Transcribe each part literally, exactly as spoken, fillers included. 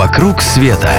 «Вокруг света»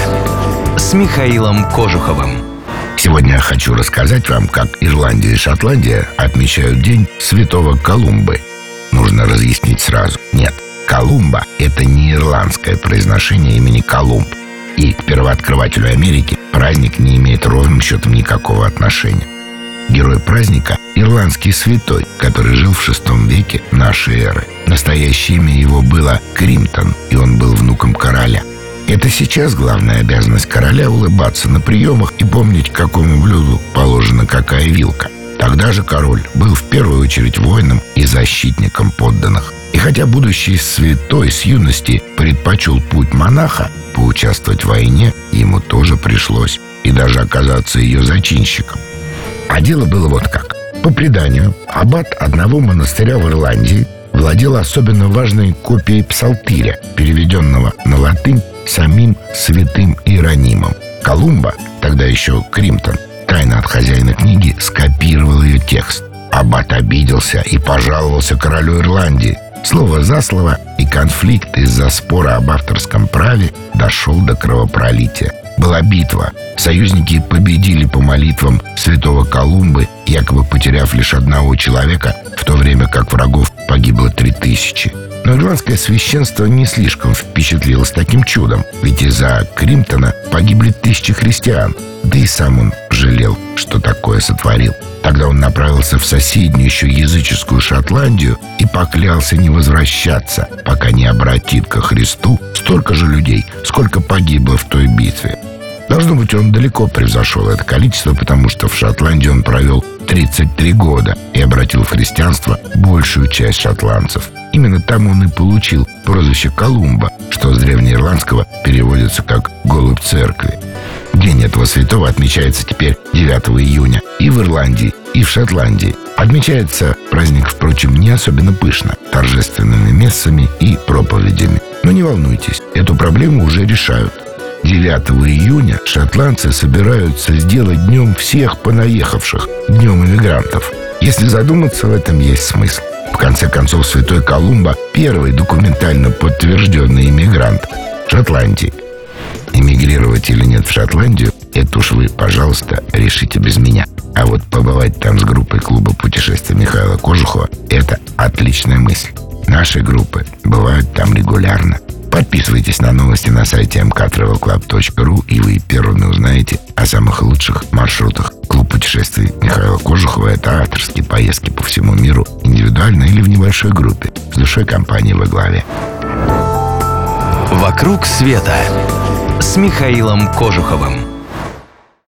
с Михаилом Кожуховым. Сегодня я хочу рассказать вам, как Ирландия и Шотландия отмечают День Святого Колумбы. Нужно разъяснить сразу. Нет, Колумба – это не ирландское произношение имени Колумб. И к первооткрывателю Америки праздник не имеет ровным счетом никакого отношения. Герой праздника – ирландский святой, который жил в шестом веке нашей эры. Настоящее имя его было Кримтон, и он был внуком короля. Это сейчас главная обязанность короля — улыбаться на приемах и помнить, к какому блюду положена какая вилка. Тогда же король был в первую очередь воином и защитником подданных. И хотя будущий святой с юности предпочел путь монаха, поучаствовать в войне ему тоже пришлось, и даже оказаться ее зачинщиком. А дело было вот как. По преданию, аббат одного монастыря в Ирландии владел особенно важной копией псалтиря, переведенного на латынь самим святым Иеронимом. Колумба, тогда еще Кримтон, тайно от хозяина книги скопировал ее текст. Аббат обиделся и пожаловался королю Ирландии. Слово за слово, и конфликт из-за спора об авторском праве дошел до кровопролития. Была битва. Союзники победили по молитвам святого Колумбы, якобы потеряв лишь одного человека, в то время как врагов погибло три тысячи. Но ирландское священство не слишком впечатлилось таким чудом, ведь из-за Кримтона погибли тысячи христиан, да и сам он жалел, что такое сотворил. Тогда он направился в соседнюю еще языческую Шотландию и поклялся не возвращаться, пока не обратит ко Христу столько же людей, сколько погибло в той битве. Должно быть, он далеко превзошел это количество, потому что в Шотландии он провел тридцать три года и обратил в христианство большую часть шотландцев. Именно там он и получил прозвище Колумба, что с древнеирландского переводится как «голубь церкви». День этого святого отмечается теперь девятого июня и в Ирландии, и в Шотландии. Отмечается праздник, впрочем, не особенно пышно, торжественными мессами и проповедями. Но не волнуйтесь, эту проблему уже решают. девятого июня шотландцы собираются сделать днем всех понаехавших, днем иммигрантов. Если задуматься, в этом есть смысл. В конце концов, святой Колумба – первый документально подтвержденный иммигрант Шотландии. Эмигрировать или нет в Шотландию – это уж вы, пожалуйста, решите без меня. А вот побывать там с группой клуба путешествий Михаила Кожухова – это отличная мысль. Наши группы бывают там регулярно. Подписывайтесь на новости на сайте эм ка трэвел клаб точка ру, и вы первыми узнаете о самых лучших маршрутах. Клуб путешествий Михаила Кожухова – это авторские поездки по всему миру, индивидуально или в небольшой группе, с душой компании во главе. «Вокруг света» с Михаилом Кожуховым.